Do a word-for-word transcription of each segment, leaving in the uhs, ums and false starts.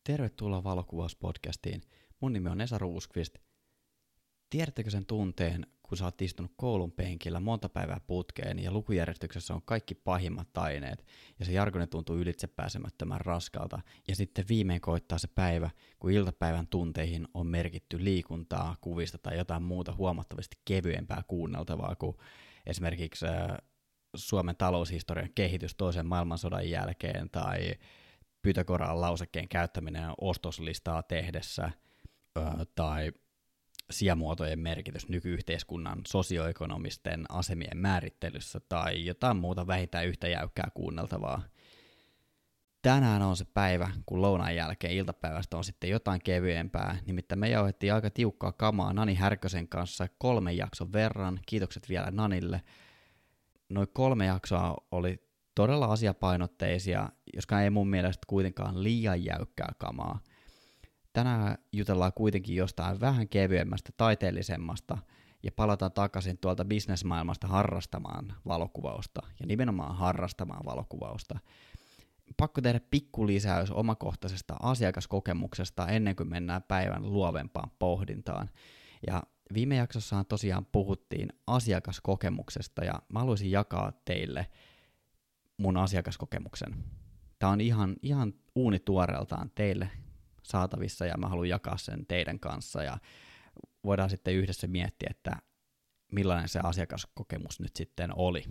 Tervetuloa Valokuvauspodcastiin. Mun nimi on Esa Ruuskvist. Tiedättekö sen tunteen, kun sä oot istunut koulun penkillä monta päivää putkeen ja lukujärjestyksessä on kaikki pahimmat aineet ja se jargonen tuntuu ylitsepääsemättömän raskalta ja sitten viimein koittaa se päivä, kun iltapäivän tunteihin on merkitty liikuntaa, kuvista tai jotain muuta huomattavasti kevyempää kuunneltavaa kuin esimerkiksi äh, Suomen taloushistorian kehitys toisen maailmansodan jälkeen tai Pythagoran lausekkeen käyttäminen ostoslistaa tehdessä öö, tai sijamuotojen merkitys nykyyhteiskunnan sosioekonomisten asemien määrittelyssä tai jotain muuta vähintään yhtä jäykkää kuunneltavaa. Tänään on se päivä, kun lounaan jälkeen iltapäivästä on sitten jotain kevyempää, nimittäin me jauhettiin aika tiukkaa kamaa Nani Härkösen kanssa kolmen jakson verran, kiitokset vielä Nanille. Noin kolme jaksoa oli todella asiapainotteisia, joskaan ei mun mielestä kuitenkaan liian jäykkää kamaa. Tänään jutellaan kuitenkin jostain vähän kevyemmästä, taiteellisemmasta ja palataan takaisin tuolta bisnesmaailmasta harrastamaan valokuvausta ja nimenomaan harrastamaan valokuvausta. Pakko tehdä pikku lisäys omakohtaisesta asiakaskokemuksesta ennen kuin mennään päivän luovempaan pohdintaan. Ja viime jaksossahan tosiaan puhuttiin asiakaskokemuksesta ja mä haluaisin jakaa teille mun asiakaskokemuksen. Tää on ihan, ihan uunituoreeltaan teille saatavissa ja mä haluan jakaa sen teidän kanssa ja voidaan sitten yhdessä miettiä, että millainen se asiakaskokemus nyt sitten oli.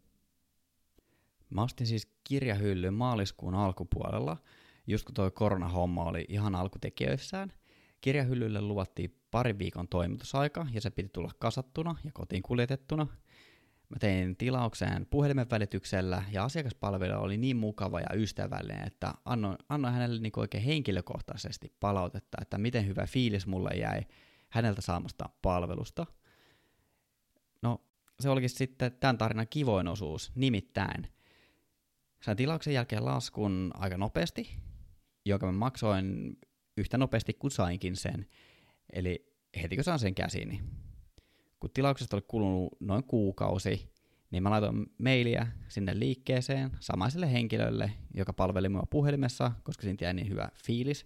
Mä ostin siis kirjahyllyn maaliskuun alkupuolella, just kun toi koronahomma oli ihan alkutekijöissään. Kirjahyllylle luvattiin parin viikon toimitusaika ja se piti tulla kasattuna ja kotiin kuljetettuna. Mä tein tilauksen puhelimen välityksellä ja asiakaspalvelu oli niin mukava ja ystävällinen, että annoin, annoin hänelle niin oikein henkilökohtaisesti palautetta, että miten hyvä fiilis mulle jäi häneltä saamasta palvelusta. No, se olikin sitten tämän tarinan kivoin osuus, nimittäin. Sain tilauksen jälkeen laskun aika nopeasti, jonka mä maksoin yhtä nopeasti kuin sainkin sen, eli heti kun saan sen käsiini. Kun tilauksesta oli kulunut noin kuukausi, niin mä laitoin mailia sinne liikkeeseen samaiselle henkilölle, joka palveli mua puhelimessa, koska siitä jäi niin hyvä fiilis.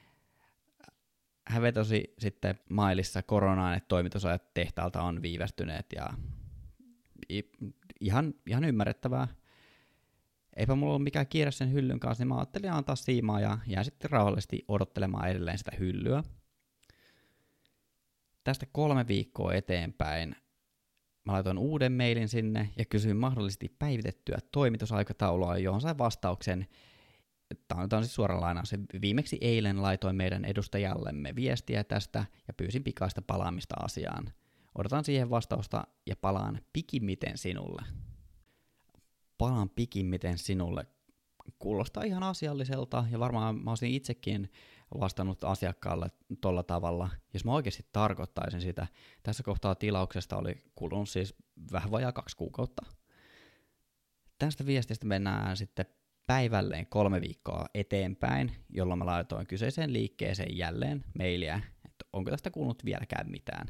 Hän vetosi sitten mailissa koronaan, että toimitusajat tehtaalta on viivästyneet ja ihan, ihan ymmärrettävää. Eipä mulla ollut mikään kiire sen hyllyn kanssa, niin mä ajattelin antaa siimaa ja jään sitten rauhallisesti odottelemaan edelleen sitä hyllyä. Tästä kolme viikkoa eteenpäin mä laitoin uuden mailin sinne ja kysyin mahdollisesti päivitettyä toimitusaikataulua, johon sain vastauksen. Tämä on siis suora lainaus. Viimeksi eilen laitoin meidän edustajallemme viestiä tästä ja pyysin pikaista palaamista asiaan. Odotan siihen vastausta ja palaan pikimmiten sinulle. Palaan pikimmiten sinulle. Kuulostaa ihan asialliselta ja varmaan mä olisin itsekin vastannut asiakkaalle tolla tavalla, jos mä oikeasti tarkoittaisin sitä. Tässä kohtaa tilauksesta oli kulunut siis vähän vajaa kaksi kuukautta. Tästä viestistä mennään sitten päivälleen kolme viikkoa eteenpäin, jolloin mä laitoin kyseiseen liikkeeseen jälleen mailia, että onko tästä kuulunut vieläkään mitään.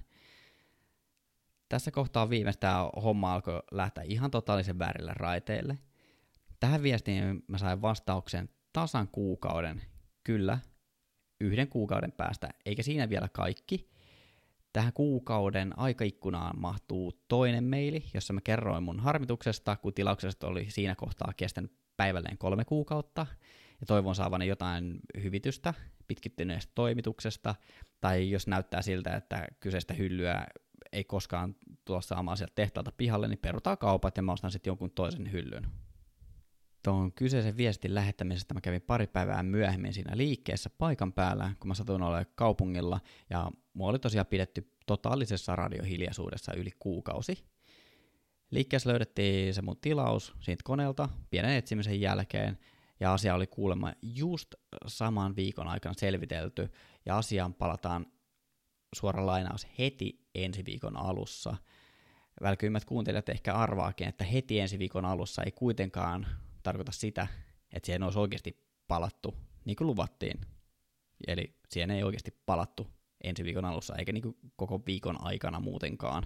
Tässä kohtaa viimeistään homma alkoi lähteä ihan totaalisen väärille raiteille. Tähän viestiin mä sain vastauksen tasan kuukauden, kyllä, yhden kuukauden päästä, eikä siinä vielä kaikki. Tähän kuukauden aikaikkunaan mahtuu toinen maili, jossa mä kerroin mun harmituksesta, kun tilauksesta oli siinä kohtaa kestänyt päivälleen kolme kuukautta, ja toivon saavani jotain hyvitystä pitkittyneestä toimituksesta, tai jos näyttää siltä, että kyseistä hyllyä ei koskaan tulla saamaan sieltä tehtaalta pihalle, niin perutaan kaupat ja mä ostan sitten jonkun toisen hyllyn. Tuon kyseisen viestin lähettämisestä mä kävin pari päivää myöhemmin siinä liikkeessä paikan päällä, kun mä satuin olemaan kaupungilla, ja mua oli tosiaan pidetty totaalisessa radiohiljaisuudessa yli kuukausi. Liikkeessä löydettiin se mun tilaus siitä koneelta pienen etsimisen jälkeen, ja asia oli kuulemma just saman viikon aikana selvitelty, ja asiaan palataan suora lainaus heti ensi viikon alussa. Välkyimmät kuuntelijat ehkä arvaakin, että heti ensi viikon alussa ei kuitenkaan tarkoita sitä, että siihen olisi oikeasti palattu, niin kuin luvattiin. Eli siihen ei oikeasti palattu ensi viikon alussa, eikä niin kuin koko viikon aikana muutenkaan.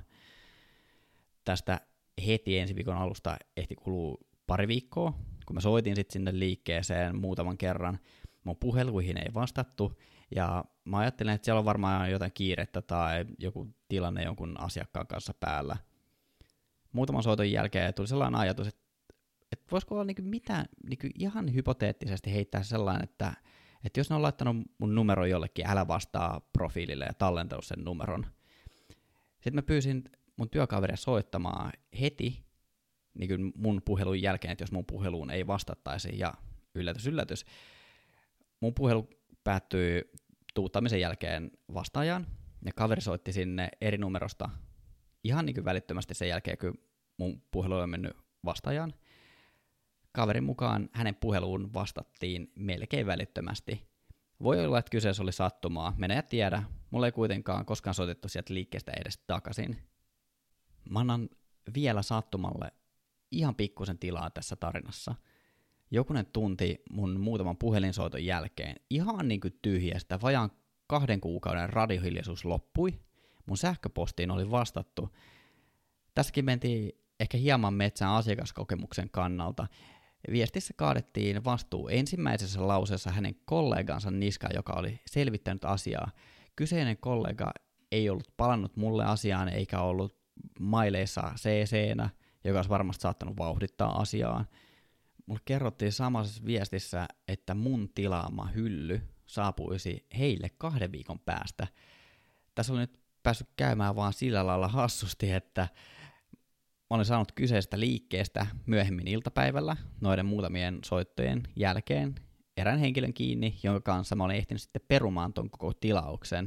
Tästä heti ensi viikon alusta ehti kuluu pari viikkoa, kun mä soitin sitten sinne liikkeeseen muutaman kerran, mun puheluihin ei vastattu, ja mä ajattelin, että siellä on varmaan jotain kiirettä tai joku tilanne jonkun asiakkaan kanssa päällä. Muutaman soiton jälkeen tuli sellainen ajatus, että, että voisiko olla niinku mitään, niinku ihan hypoteettisesti heittää sellainen, että, että jos ne on laittanut mun numeron jollekin älä vastaa profiilille ja tallentanut sen numeron. Sitten mä pyysin mun työkaveria soittamaan heti niin mun puhelun jälkeen, että jos mun puheluun ei vastattaisi, ja yllätys, yllätys, mun puhelu päättyi tuuttamisen jälkeen vastaajaan, ja kaveri soitti sinne eri numerosta ihan niin kuin välittömästi sen jälkeen, kun mun puhelu on mennyt vastaajaan. Kaverin mukaan hänen puheluun vastattiin melkein välittömästi. Voi olla, että kyseessä oli sattumaa, mene ja tiedä. Mulla ei kuitenkaan koskaan soitettu sieltä liikkeestä edes takaisin. Mä annan vielä sattumalle ihan pikkusen tilaa tässä tarinassa. Jokunen tunti mun muutaman puhelinsoiton jälkeen ihan niin kuin tyhjästä vajaan kahden kuukauden radiohiljaisuus loppui. Mun sähköpostiin oli vastattu. Tässäkin mentiin ehkä hieman metsän asiakaskokemuksen kannalta. Viestissä kaadettiin vastuu ensimmäisessä lauseessa hänen kollegansa niskaan, joka oli selvittänyt asiaa. Kyseinen kollega ei ollut palannut mulle asiaan eikä ollut maileissa C C-nä, joka olisi varmasti saattanut vauhdittaa asiaa. Mulle kerrottiin samassa viestissä, että mun tilaama hylly saapuisi heille kahden viikon päästä. Tässä oli nyt päässyt käymään vaan sillä lailla hassusti, että mä olin saanut kyseisestä liikkeestä myöhemmin iltapäivällä noiden muutamien soittojen jälkeen erään henkilön kiinni, jonka kanssa mä olin ehtinyt sitten perumaan ton koko tilauksen.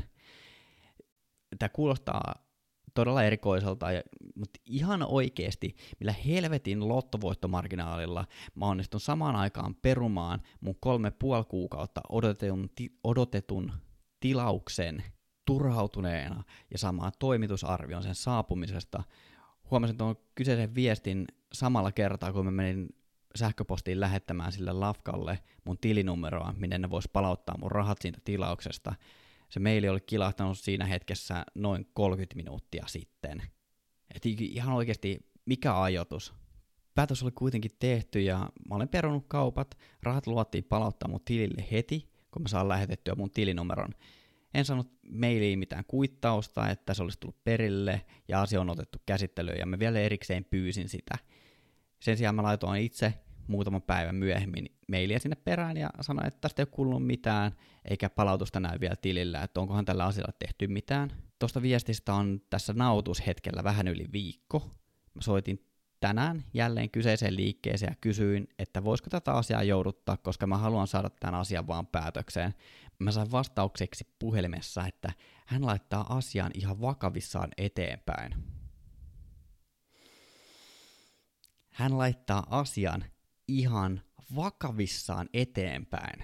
Tämä kuulostaa todella erikoiselta, mutta ihan oikeasti, millä helvetin lottovoittomarginaalilla mä onnistun samaan aikaan perumaan mun kolme puoli kuukautta odotetun, ti- odotetun tilauksen turhautuneena ja saamaan toimitusarvion sen saapumisesta. Huomasin tuon kyseisen viestin samalla kertaa, kun mä menin sähköpostiin lähettämään sille lafkalle mun tilinumeroa, minne ne vois palauttaa mun rahat siitä tilauksesta. Se maili oli kilahtanut siinä hetkessä noin kolmekymmentä minuuttia sitten. Et ihan oikeasti, mikä ajoitus? Päätös oli kuitenkin tehty ja mä olen perunut kaupat. Rahat luvattiin palauttaa mun tilille heti, kun mä saan lähetettyä mun tilinumeron. En saanut mailiin mitään kuittausta, että se olisi tullut perille ja asia on otettu käsittelyyn ja mä vielä erikseen pyysin sitä. Sen sijaan mä laitoin itse muutaman päivän myöhemmin mailia sinne perään ja sanoin, että tästä ei ole kuulunut mitään, eikä palautusta näy vielä tilillä, että onkohan tällä asialla tehty mitään. Tuosta viestistä on tässä nautushetkellä vähän yli viikko. Mä soitin tänään jälleen kyseiseen liikkeeseen ja kysyin, että voisiko tätä asiaa jouduttaa, koska mä haluan saada tämän asian vaan päätökseen. Mä sain vastaukseksi puhelimessa, että hän laittaa asian ihan vakavissaan eteenpäin. Hän laittaa asian ihan vakavissaan eteenpäin.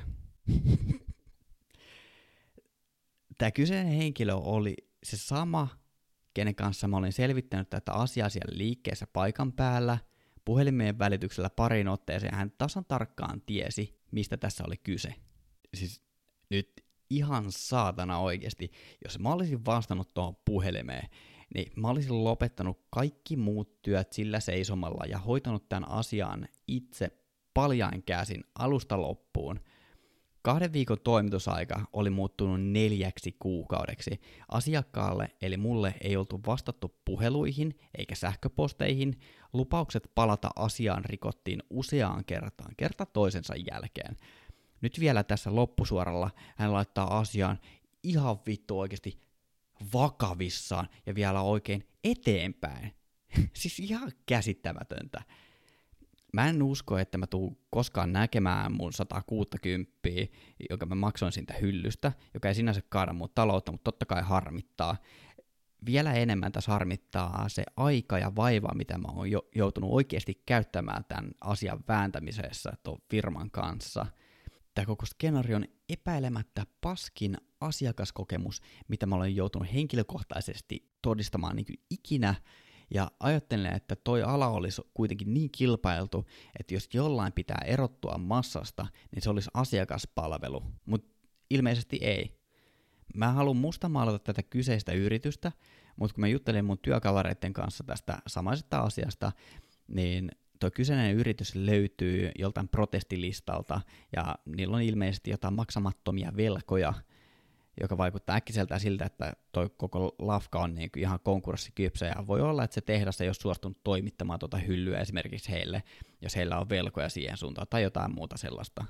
Tämä kyseinen henkilö oli se sama, kenen kanssa mä olin selvittänyt tätä asiaa siellä liikkeessä paikan päällä, puhelimien välityksellä parin otteeseen, hän tasan tarkkaan tiesi, mistä tässä oli kyse. Siis nyt ihan saatana oikeasti, jos mä olisin vastannut tuohon puhelimeen, niin mä olisin lopettanut kaikki muut työt sillä seisomalla ja hoitanut tämän asian itse paljain käsin alusta loppuun. Kahden viikon toimitusaika oli muuttunut neljäksi kuukaudeksi. Asiakkaalle eli mulle ei oltu vastattu puheluihin eikä sähköposteihin. Lupaukset palata asiaan rikottiin useaan kertaan, kerta toisensa jälkeen. Nyt vielä tässä loppusuoralla hän laittaa asiaan ihan vittu oikeasti vakavissaan ja vielä oikein eteenpäin. Siis ihan käsittämätöntä. Mä en usko, että mä tuun koskaan näkemään mun sata kuusikymmentä, jonka mä maksoin siitä hyllystä, joka ei sinänsä kaada mun taloutta, mutta totta kai harmittaa. Vielä enemmän tässä harmittaa se aika ja vaiva, mitä mä oon jo, joutunut oikeasti käyttämään tämän asian vääntämisessä tuon firman kanssa. Tämä koko skenaario on epäilemättä paskin asiakaskokemus, mitä mä olen joutunut henkilökohtaisesti todistamaan niin kuin ikinä. Ja ajattelen, että toi ala olisi kuitenkin niin kilpailtu, että jos jollain pitää erottua massasta, niin se olisi asiakaspalvelu. Mutta ilmeisesti ei. Mä haluan mustamaalata tätä kyseistä yritystä, mutta kun mä juttelin mun työkavereiden kanssa tästä samaisesta asiasta, niin tuo kyseinen yritys löytyy joltain protestilistalta, ja niillä on ilmeisesti jotain maksamattomia velkoja, joka vaikuttaa äkkiseltään siltä, että tuo koko lafka on niin ihan konkurssikypsä, ja voi olla, että se tehdas ei ole suostunut toimittamaan tuota hyllyä esimerkiksi heille, jos heillä on velkoja siihen suuntaan, tai jotain muuta sellaista.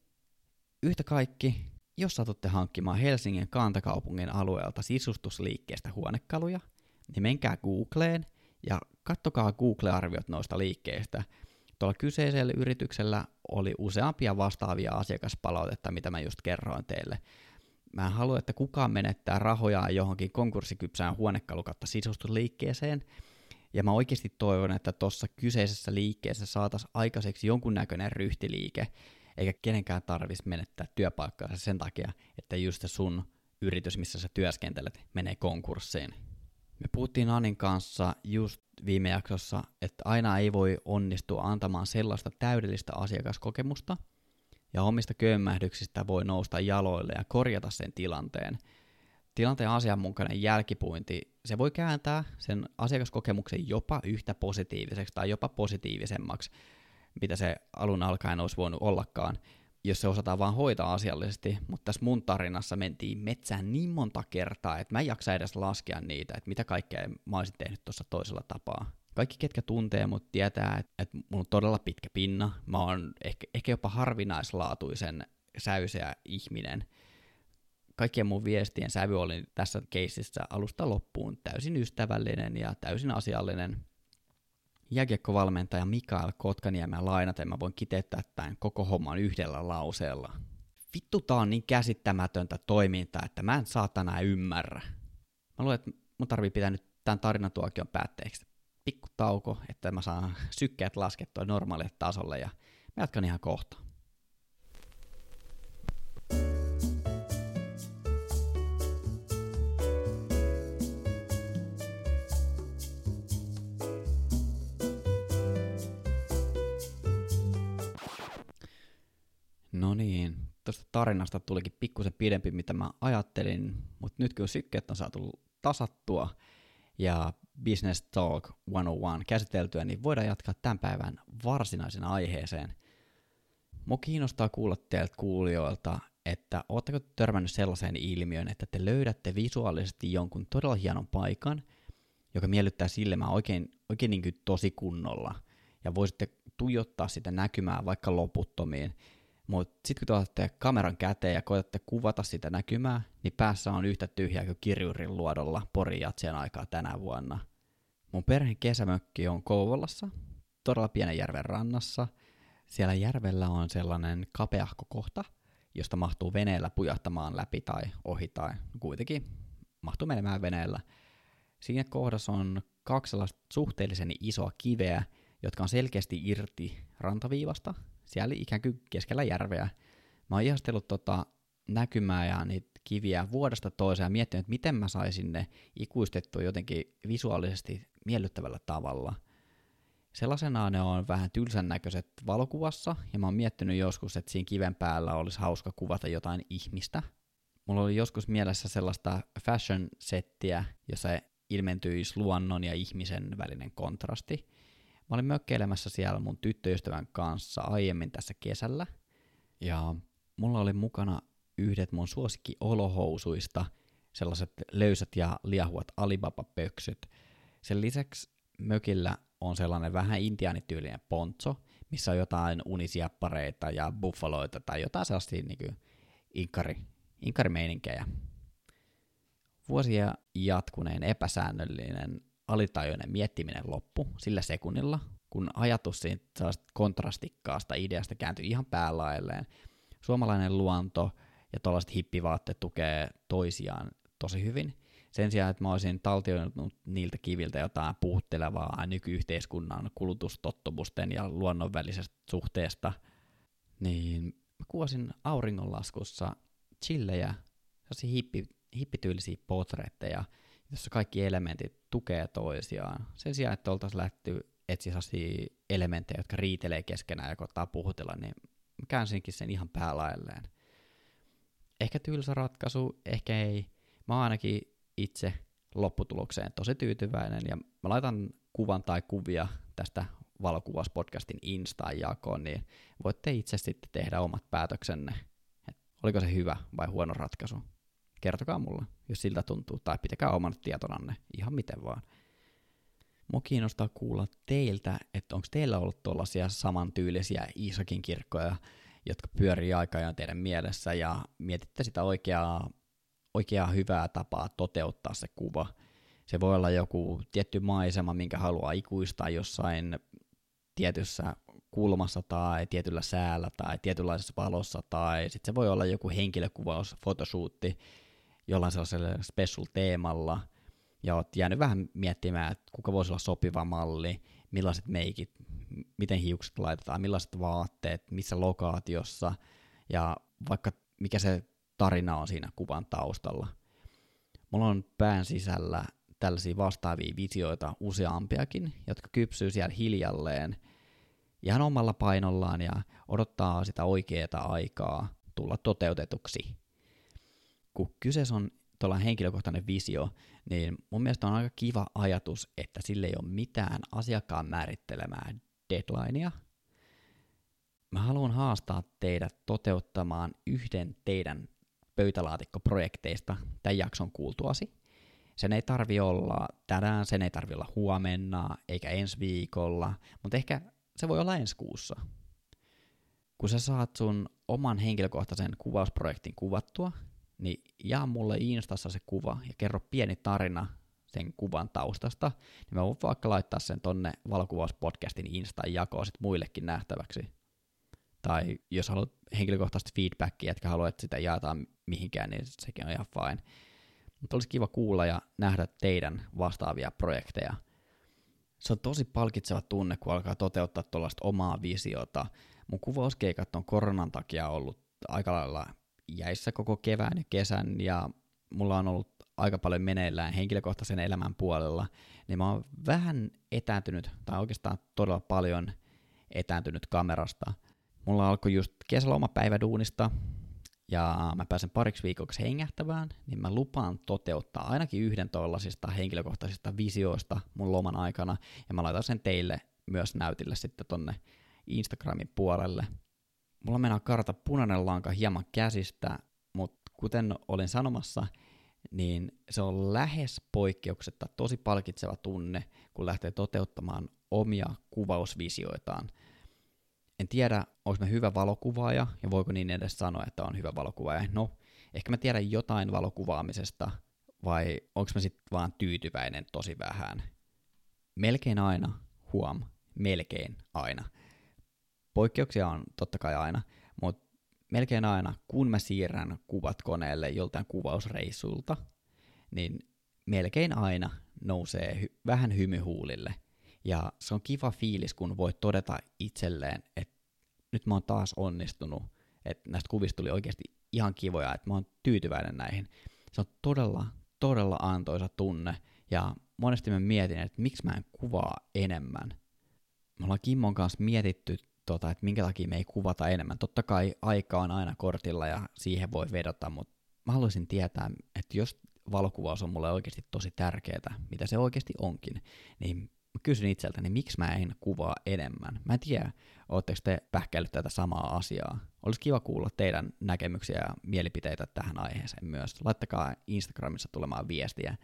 Yhtä kaikki, jos satutte hankkimaan Helsingin kantakaupungin alueelta sisustusliikkeestä huonekaluja, niin menkää Googleen ja kattokaa Google-arviot noista liikkeistä. Tuolla kyseisellä yrityksellä oli useampia vastaavia asiakaspalautetta, mitä mä just kerroin teille. Mä en halua, että kukaan menettää rahojaan johonkin konkurssikypsään huonekalukatta sisustusliikkeeseen, ja mä oikeasti toivon, että tuossa kyseisessä liikkeessä saataisiin aikaiseksi jonkunnäköinen ryhtiliike, eikä kenenkään tarvitsisi menettää työpaikkaansa sen takia, että just se sun yritys, missä sä työskentelet, menee konkurssiin. Me puhuttiin Anin kanssa just viime jaksossa, että aina ei voi onnistua antamaan sellaista täydellistä asiakaskokemusta, ja omista kömmähdyksistä voi nousta jaloille ja korjata sen tilanteen. Tilanteen asianmukainen jälkipuinti, se voi kääntää sen asiakaskokemuksen jopa yhtä positiiviseksi tai jopa positiivisemmaksi, mitä se alun alkaen olisi voinut ollakaan, jos se osataan vaan hoitaa asiallisesti, mutta tässä mun tarinassa mentiin metsään niin monta kertaa, että mä en jaksa edes laskea niitä, että mitä kaikkea mä olisin tehnyt tuossa toisella tapaa. Kaikki, ketkä tuntee mut, tietää, että, että mulla on todella pitkä pinna, mä oon ehkä, ehkä jopa harvinaislaatuisen säyseä ihminen. Kaikkien mun viestien sävy oli tässä keississä alusta loppuun täysin ystävällinen ja täysin asiallinen. Jääkiekkovalmentaja Mikael Kotkaniemen lainaten mä voin kiteyttää tämän koko homman yhdellä lauseella. Vittu, tää on niin käsittämätöntä toimintaa, että mä en saatana ymmärrä. Mä luulen, että mun tarvii pitää nyt tämän tarinatuokion päätteeksi pikku tauko, että mä saan sykkeet laskettua normaalille tasolle, ja mä jatkan ihan kohta. No niin, tuosta tarinasta tulikin pikkusen pidempi, mitä mä ajattelin, mutta nyt kun sykkeet on saatu tasattua ja Business Talk sata yksi käsiteltyä, niin voidaan jatkaa tämän päivän varsinaisena aiheeseen. Mua kiinnostaa kuulla teiltä kuulijoilta, että ootteko törmännyt sellaiseen ilmiön, että te löydätte visuaalisesti jonkun todella hienon paikan, joka miellyttää silmää oikein, oikein niin kuin tosi kunnolla, ja voisitte tuijottaa sitä näkymää vaikka loputtomiin. Mutta sitten kun te otatte kameran käteen ja koetatte kuvata sitä näkymää, niin päässä on yhtä tyhjää kuin kirjurin luodolla Porin jatsien aikaa tänä vuonna. Mun perheen kesämökki on Kouvolassa, todella pienen järven rannassa. Siellä järvellä on sellainen kapeahko kohta, josta mahtuu veneellä pujahtamaan läpi tai ohi tai kuitenkin mahtuu menemään veneellä. Siinä kohdassa on kaksi sellaista suhteellisen isoa kiveä, jotka on selkeästi irti rantaviivasta. Siellä ikään kuin keskellä järveä. Mä oon ihastellut tota näkymää ja niitä kiviä vuodesta toiseen ja miettinyt, että miten mä saisin ne ikuistettua jotenkin visuaalisesti miellyttävällä tavalla. Sellaisenaan ne on vähän tylsän näköiset valokuvassa, ja mä oon miettinyt joskus, että siinä kiven päällä olisi hauska kuvata jotain ihmistä. Mulla oli joskus mielessä sellaista fashion-settiä, jossa ilmentyisi luonnon ja ihmisen välinen kontrasti. Mä olin mökkeilemässä siellä mun tyttöystävän kanssa aiemmin tässä kesällä, ja mulla oli mukana yhdet mun suosikki olohousuista, sellaiset löysät ja liahuvat Alibaba-pöksyt. Sen lisäksi mökillä on sellainen vähän intiaanityylinen poncho, missä on jotain unisiappareita ja buffaloita tai jotain sellaisia niin kuin inkari, inkarimeininkiä. Vuosia jatkuneen epäsäännöllinen alitajuinen miettiminen loppu sillä sekunnilla, kun ajatus siitä kontrastikkaasta ideasta kääntyi ihan päälailleen. Suomalainen luonto ja tuollaiset hippivaatteet tukee toisiaan tosi hyvin. Sen sijaan, että mä olisin taltioinut niiltä kiviltä jotain puhuttelevaa nykyyhteiskunnan kulutustottumusten ja luonnon välisestä suhteesta, niin mä kuvasin auringonlaskussa chillejä, sellaisia hippi, hippityylisiä portreitteja, jossa kaikki elementit tukee toisiaan. Sen sijaan, että oltaisiin lähty etsiä sellaisia elementtejä, jotka riitelee keskenään ja koittaa puhutella, niin mä käänsinkin sen ihan päälailleen. Ehkä tylsä ratkaisu, ehkä ei. Mä oon ainakin itse lopputulokseen tosi tyytyväinen, ja mä laitan kuvan tai kuvia tästä valokuvauspodcastin Instaan jakoon, niin voitte itse sitten tehdä omat päätöksenne, että oliko se hyvä vai huono ratkaisu. Kertokaa mulle, jos siltä tuntuu, tai pitäkää oman tietonanne, ihan miten vaan. Mua kiinnostaa kuulla teiltä, että onko teillä ollut tuollaisia samantyylisiä Iisakin kirkkoja, jotka pyörii aika ajan teidän mielessä, ja mietitte sitä oikeaa, oikeaa hyvää tapaa toteuttaa se kuva. Se voi olla joku tietty maisema, minkä haluaa ikuistaa jossain tietyssä kulmassa tai tietyllä säällä tai tietynlaisessa valossa, tai sitten se voi olla joku henkilökuvaus, fotoshootti jollain sellaisella special teemalla, ja oot jäänyt vähän miettimään, että kuka voisi olla sopiva malli, millaiset meikit, miten hiukset laitetaan, millaiset vaatteet, missä lokaatiossa, ja vaikka mikä se tarina on siinä kuvan taustalla. Mulla on pään sisällä tällaisia vastaavia visioita useampiakin, jotka kypsyy siellä hiljalleen ihan omalla painollaan ja odottaa sitä oikeaa aikaa tulla toteutetuksi. Kun kyseessä on tuollainen henkilökohtainen visio, niin mun mielestä on aika kiva ajatus, että sille ei ole mitään asiakkaan määrittelemää deadlinea. Mä haluan haastaa teidät toteuttamaan yhden teidän pöytälaatikkoprojekteista tämän jakson kuultuasi. Sen ei tarvi olla tänään, sen ei tarvi olla huomenna, eikä ensi viikolla, mutta ehkä se voi olla ensi kuussa. Kun sä saat sun oman henkilökohtaisen kuvausprojektin kuvattua, niin jaa mulle Instassa se kuva ja kerro pieni tarina sen kuvan taustasta, niin mä voin vaikka laittaa sen tonne valokuvauspodcastin Instan jakoon sit muillekin nähtäväksi. Tai jos haluat henkilökohtaisesti feedbackia, etkä halua, että sitä jaetaan mihinkään, niin sekin on ihan fine. Mutta olisi kiva kuulla ja nähdä teidän vastaavia projekteja. Se on tosi palkitseva tunne, kun alkaa toteuttaa tuollaista omaa visiota. Mun kuvauskeikat on koronan takia ollut aika lailla jäissä koko kevään ja kesän, ja mulla on ollut aika paljon meneillään henkilökohtaisen elämän puolella, niin mä oon vähän etääntynyt, tai oikeastaan todella paljon etääntynyt kamerasta. Mulla alkoi just kesälomapäivä duunista, ja mä pääsen pariksi viikoksi hengähtävään, niin mä lupaan toteuttaa ainakin yhden tollasista henkilökohtaisista visioista mun loman aikana, ja mä laitan sen teille myös näytille sitten tonne Instagramin puolelle. Mulla mennään karta punainen lanka hieman käsistä, mutta kuten olin sanomassa, niin se on lähes poikkeuksetta tosi palkitseva tunne, kun lähtee toteuttamaan omia kuvausvisioitaan. En tiedä, onko mä hyvä valokuvaaja, ja voiko niin edes sanoa, että on hyvä valokuvaaja. No, ehkä mä tiedän jotain valokuvaamisesta, vai onko mä sitten vaan tyytyväinen tosi vähän. Melkein aina, huom, melkein aina. Poikkeuksia on totta kai aina, mutta melkein aina, kun mä siirrän kuvat koneelle joltain kuvausreissulta, niin melkein aina nousee hy- vähän hymy huulille. Ja se on kiva fiilis, kun voit todeta itselleen, että nyt mä oon taas onnistunut, että näistä kuvista tuli oikeasti ihan kivoja, että mä oon tyytyväinen näihin. Se on todella, todella antoisa tunne, ja monesti mä mietin, että miksi mä en kuvaa enemmän. Me ollaan Kimmon kanssa mietitty, tota, että minkä takia me ei kuvata enemmän. Totta kai aika on aina kortilla ja siihen voi vedota, mutta mä haluaisin tietää, että jos valokuvaus on mulle oikeasti tosi tärkeää, mitä se oikeasti onkin, niin mä kysyn itseltäni, miksi mä en kuvaa enemmän. Mä en tiedä, ootteko te pähkäillyt tätä samaa asiaa. Olisi kiva kuulla teidän näkemyksiä ja mielipiteitä tähän aiheeseen myös. Laittakaa Instagramissa tulemaan viestiä.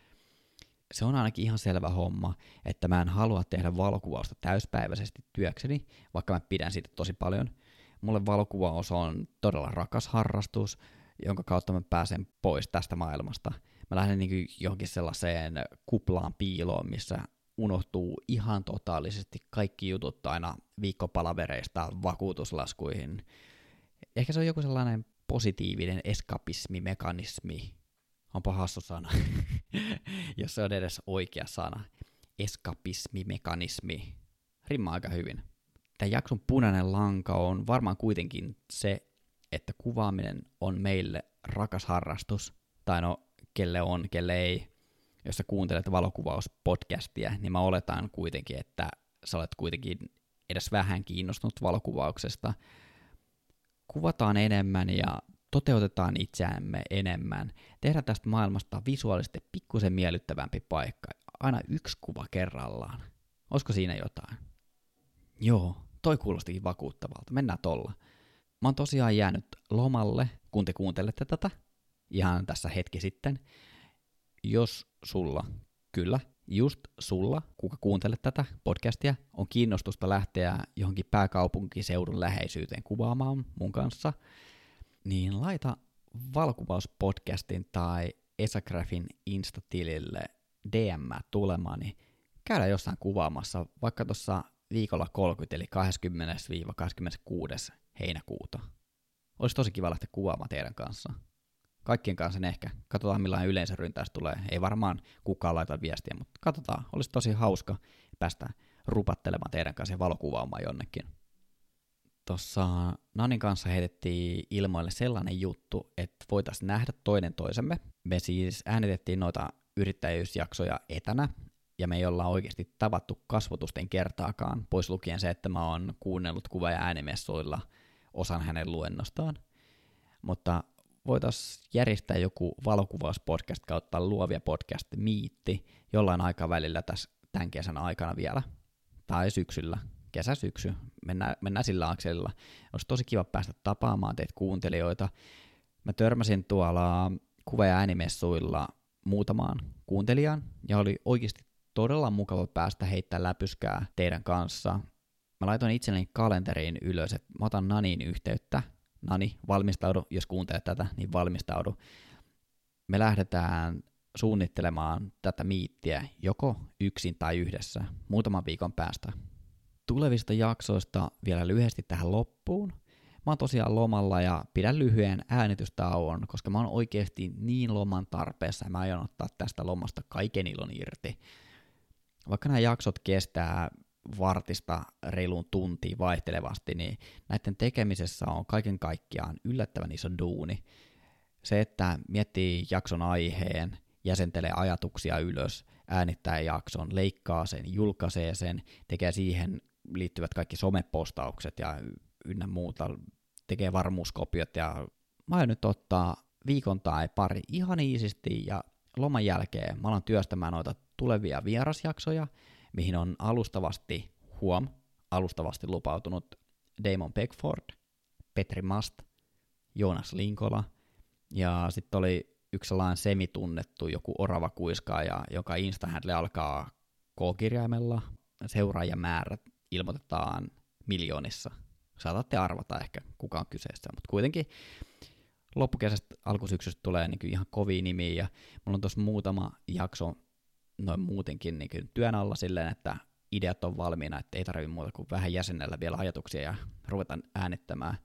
Se on ainakin ihan selvä homma, että mä en halua tehdä valokuvausta täyspäiväisesti työkseni, vaikka mä pidän siitä tosi paljon. Mulle valokuvaus on todella rakas harrastus, jonka kautta mä pääsen pois tästä maailmasta. Mä lähden niin johonkin sellaiseen kuplaan piiloon, missä unohtuu ihan totaalisesti kaikki jutut aina viikkopalavereista vakuutuslaskuihin. Ehkä se on joku sellainen positiivinen eskapismimekanismi. Onpa hassu sana, jos se on edes oikea sana. Eskapismimekanismi. Rimmaa aika hyvin. Tämän jakson punainen lanka on varmaan kuitenkin se, että kuvaaminen on meille rakas harrastus. Tai no, kelle on, kelle ei. Jos sä kuuntelet valokuvauspodcastia, niin mä oletan kuitenkin, että sä olet kuitenkin edes vähän kiinnostunut valokuvauksesta. Kuvataan enemmän ja toteutetaan itseämme enemmän. Tehdään tästä maailmasta visuaalisesti pikkusen miellyttävämpi paikka. Aina yksi kuva kerrallaan. Olisiko siinä jotain? Joo, toi kuulostikin vakuuttavalta. Mennään tolla. Mä oon tosiaan jäänyt lomalle, kun te kuuntelette tätä, ihan tässä hetki sitten. Jos sulla, kyllä, just sulla, kuka kuuntelet tätä podcastia, on kiinnostusta lähteä johonkin pääkaupunkiseudun läheisyyteen kuvaamaan mun kanssa, niin laita valokuvauspodcastin tai Esagraphin Insta-tilille D M tulemaan, niin käydään jossain kuvaamassa, vaikka tuossa viikolla kolmekymmentä, eli kahdeskymmenes kahdeskymmeneskuudes heinäkuuta. Olisi tosi kiva lähteä kuvaamaan teidän kanssa. Kaikkien kanssa ehkä. Katsotaan millainen yleisöryntäys tulee. Ei varmaan kukaan laita viestiä, mutta katsotaan. Olisi tosi hauska päästä rupattelemaan teidän kanssa ja valokuvaamaan jonnekin. Tuossa Nanin kanssa heitettiin ilmoille sellainen juttu, että voitaisiin nähdä toinen toisemme. Me siis äänitettiin noita yrittäjyysjaksoja etänä, ja me ei olla oikeasti tavattu kasvotusten kertaakaan, pois lukien se, että mä oon kuunnellut kuva- ja äänimessuilla osan hänen luennostaan. Mutta voitaisiin järjestää joku valokuvauspodcast kautta luovia podcast-miitti jollain aikavälillä tässä tämän kesän aikana vielä, tai syksyllä, kesä-syksy, mennään, mennään sillä akselilla. Olisi tosi kiva päästä tapaamaan teitä kuuntelijoita. Mä törmäsin tuolla kuva- ja äänimessuilla muutamaan kuuntelijaan, ja oli oikeasti todella mukava päästä heittämään läpyskää teidän kanssa. Mä laitoin itselleni kalenteriin ylös, että mä otan Naniin yhteyttä. Nani, valmistaudu, jos kuuntelet tätä, niin valmistaudu. Me lähdetään suunnittelemaan tätä miittiä joko yksin tai yhdessä muutaman viikon päästä. Tulevista jaksoista vielä lyhyesti tähän loppuun. Mä oon tosiaan lomalla ja pidän lyhyen äänitystauon, koska mä oon oikeasti niin loman tarpeessa ja mä aion ottaa tästä lomasta kaiken ilon irti. Vaikka nämä jaksot kestää vartista reiluun tuntiin vaihtelevasti, niin näiden tekemisessä on kaiken kaikkiaan yllättävän iso duuni. Se, että miettii jakson aiheen, jäsentelee ajatuksia ylös, äänittää jakson, leikkaa sen, julkaisee sen, tekee siihen liittyvät kaikki somepostaukset ja ynnä muuta, tekee varmuuskopiot ja mä aion nyt ottaa viikon tai pari ihan iisisti ja loman jälkeen mä alan työstämään noita tulevia vierasjaksoja, mihin on alustavasti, huom, alustavasti lupautunut Damon Beckford, Petri Mast, Joonas Linkola, ja sitten oli yksi sellainen semitunnettu joku orava kuiskaaja, joka Insta-handle alkaa K-kirjaimella, seuraajamäärät ilmoitetaan miljoonissa. Saatatte arvata ehkä, kuka on kyseessä, mutta kuitenkin loppukesästä alkusyksystä tulee niin ihan kovia nimiä, ja mulla on tuossa muutama jakso noin muutenkin niin työn alla silleen, että ideat on valmiina, että ei tarvitse muuta kuin vähän jäsennellä vielä ajatuksia ja ruvetaan äänittämään.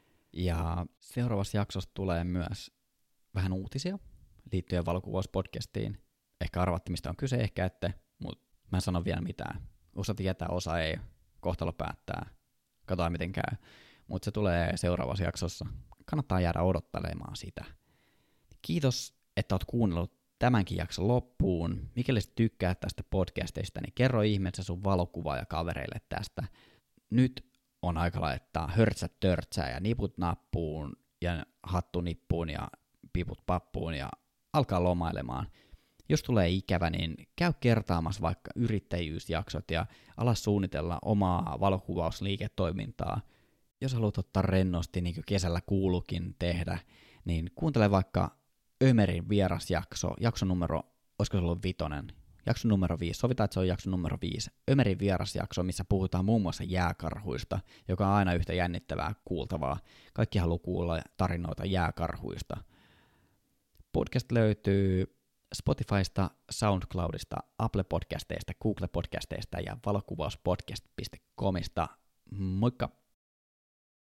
Ja seuraavassa jaksossa tulee myös vähän uutisia liittyen valokuvauspodcastiin. Ehkä arvatte, mistä on kyse, ehkä ette, mutta mä en sano vielä mitään. Osa tietää, osa ei. Kohtalo päättää. Katsotaan miten käy. Mutta se tulee seuraavassa jaksossa. Kannattaa jäädä odottelemaan sitä. Kiitos, että oot kuunnellut tämänkin jakson loppuun. Mikäli sä tykkäät tästä podcastista, niin kerro ihmeessä sun valokuvaaja kavereille tästä. Nyt on aika laittaa hörtsät törtsää ja niput nappuun ja hattu nippuun ja piput pappuun ja alkaa lomailemaan. Jos tulee ikävä, niin käy kertaamassa vaikka yrittäjyysjaksot ja ala suunnitella omaa valokuvausliiketoimintaa. Jos haluat ottaa rennosti, niin kuin kesällä kuuluukin tehdä, niin kuuntele vaikka Ömerin vierasjakso, jakso numero, olisiko se ollut vitonen, jakso numero viisi, sovitaan, että se on jakso numero viisi, Ömerin vierasjakso, missä puhutaan muun muassa jääkarhuista, joka on aina yhtä jännittävää kuultavaa. Kaikki haluaa kuulla tarinoita jääkarhuista. Podcast löytyy Spotifysta, SoundCloudista, Apple Podcasteista, Google Podcasteista ja valokuvauspodcast piste comista. Moikka!